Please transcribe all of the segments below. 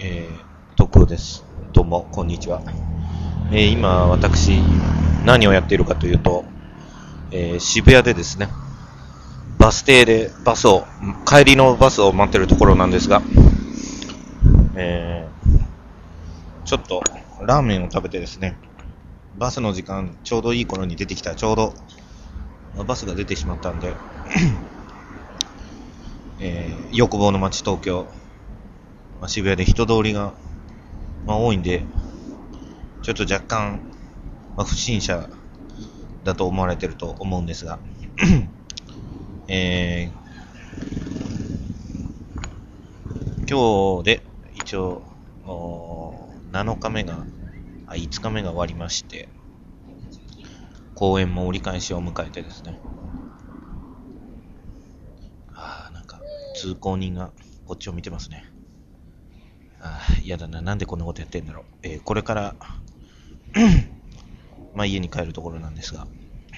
徳尾です。どうも、こんにちは。今、私、何をやっているかというと、渋谷でですね、バス停で帰りのバスを待っているところなんですが、ちょっと、ラーメンを食べてですね、バスの時間、ちょうどいい頃に出てきた、ちょうど、バスが出てしまったんで、欲望の街東京、渋谷で人通りが、多いんで、ちょっと若干、不審者だと思われてると思うんですが、今日で一応5日目が終わりまして、公演も折り返しを迎えてですね、なんか通行人がこっちを見てますね。嫌だな。なんでこんなことやってんだろう。これから家に帰るところなんですが、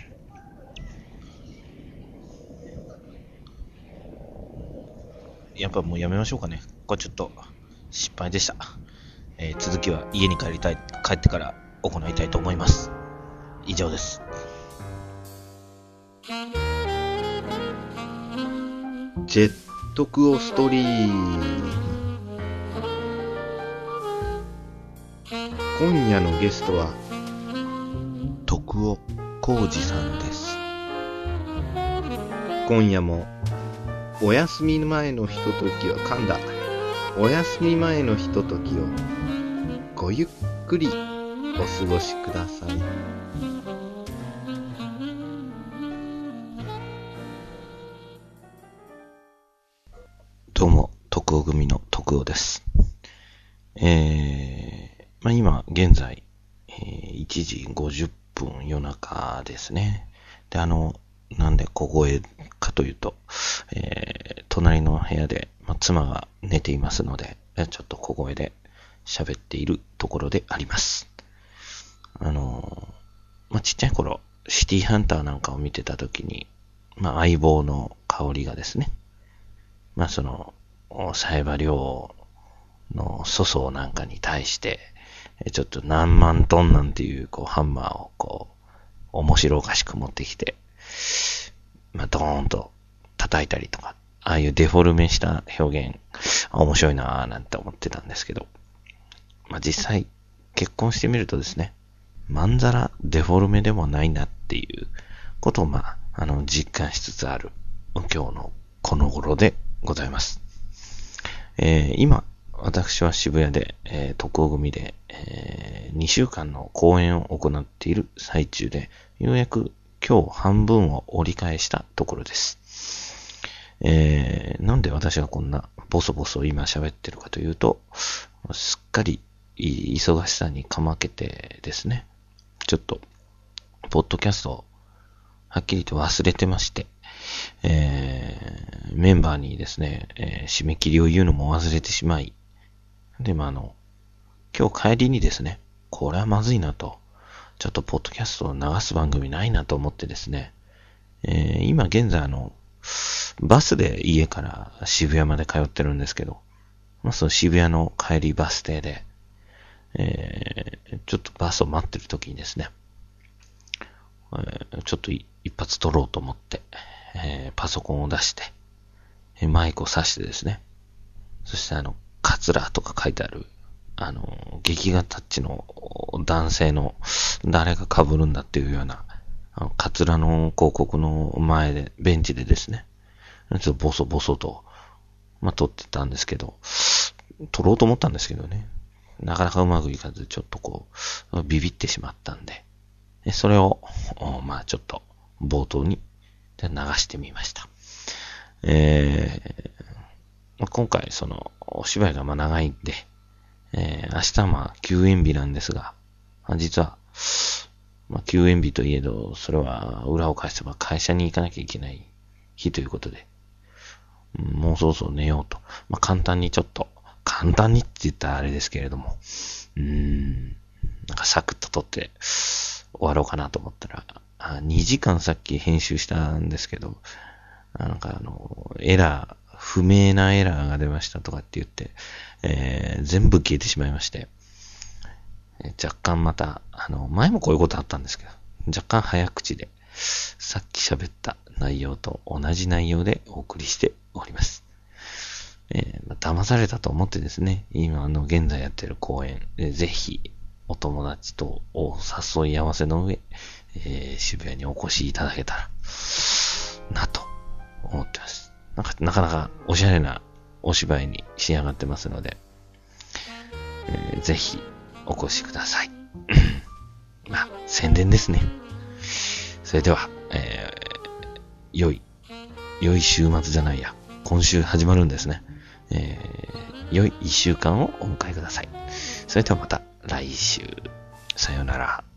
やっぱもうやめましょうかね。これちょっと失敗でした。続きは家に帰ってから行いたいと思います。以上です。ジェットクオストリーム。今夜のゲストは徳尾浩二さんです。今夜もお休み前のひとときをお休み前のひとときをごゆっくりお過ごしください。どうも、徳尾組の徳尾です。今現在、1時50分夜中ですね。で、なんで小声かというと、隣の部屋で、妻が寝ていますので、ちょっと小声で喋っているところであります。ちっちゃい頃、シティハンターなんかを見てた時に、相棒の香りがですね、サイバリョウの粗相なんかに対して、ちょっと何万トンなんていう、ハンマーを面白おかしく持ってきて、ドーンと叩いたりとか、ああいうデフォルメした表現、面白いなぁなんて思ってたんですけど、実際、結婚してみるとですね、まんざらデフォルメでもないなっていうことを、実感しつつある、今日のこの頃でございます。今、私は渋谷で、徳尾組で、2週間の公演を行っている最中で、ようやく今日半分を折り返したところです。なんで私がこんなボソボソ今喋ってるかというと、すっかり忙しさにかまけてですね、ちょっと、ポッドキャストをはっきりと忘れてまして、メンバーにですね、締め切りを言うのも忘れてしまい、で、今日帰りにですね、これはまずいなと、ちょっとポッドキャストを流す番組ないなと思ってですね、今現在バスで家から渋谷まで通ってるんですけど、その渋谷の帰りバス停で、ちょっとバスを待ってる時にですね、ちょっと一発撮ろうと思って、パソコンを出して、マイクを挿してですね、そしてカツラとか書いてある、劇画タッチの男性の誰が被るんだっていうような、カツラの広告の前で、ベンチでですね、ちょっとボソボソと、撮ってたんですけど、撮ろうと思ったんですけどね、なかなかうまくいかず、ちょっとビビってしまったんで、それを、ちょっと冒頭に流してみました。今回お芝居が長いんで、明日は休演日なんですが、実は、休演日といえど、それは裏を返せば会社に行かなきゃいけない日ということで、もうそろそろ寝ようと。簡単にって言ったらあれですけれども、サクッと撮って終わろうかなと思ったら、2時間さっき編集したんですけど、エラー不明なエラーが出ましたとかって言って、全部消えてしまいまして、若干また、前もこういうことあったんですけど、若干早口で、さっき喋った内容と同じ内容でお送りしております。騙されたと思ってですね、今現在やってる公演、ぜひお友達とお誘い合わせの上、渋谷にお越しいただけたらなと思ってます。なかなかおしゃれなお芝居に仕上がってますので、ぜひお越しください。まあ、宣伝ですね。それでは、良い週末じゃないや。今週始まるんですね。良い1週間をお迎えください。それではまた来週。さようなら。